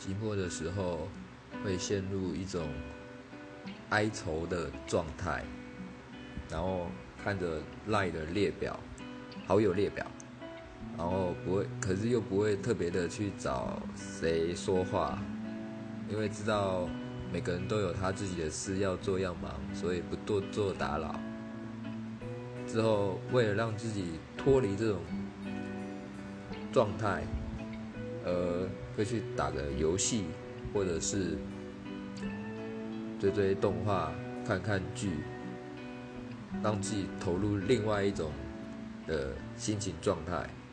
寂寞的时候会陷入一种哀愁的状态，然后看着 LINE 的列表，好友列表，然后可是又不会特别的去找谁说话，因为知道每个人都有他自己的事要做要忙，所以不多做打扰。之后为了让自己脱离这种状态，会去打个游戏，或者是追追动画、看看剧，让自己投入另外一种的心情状态。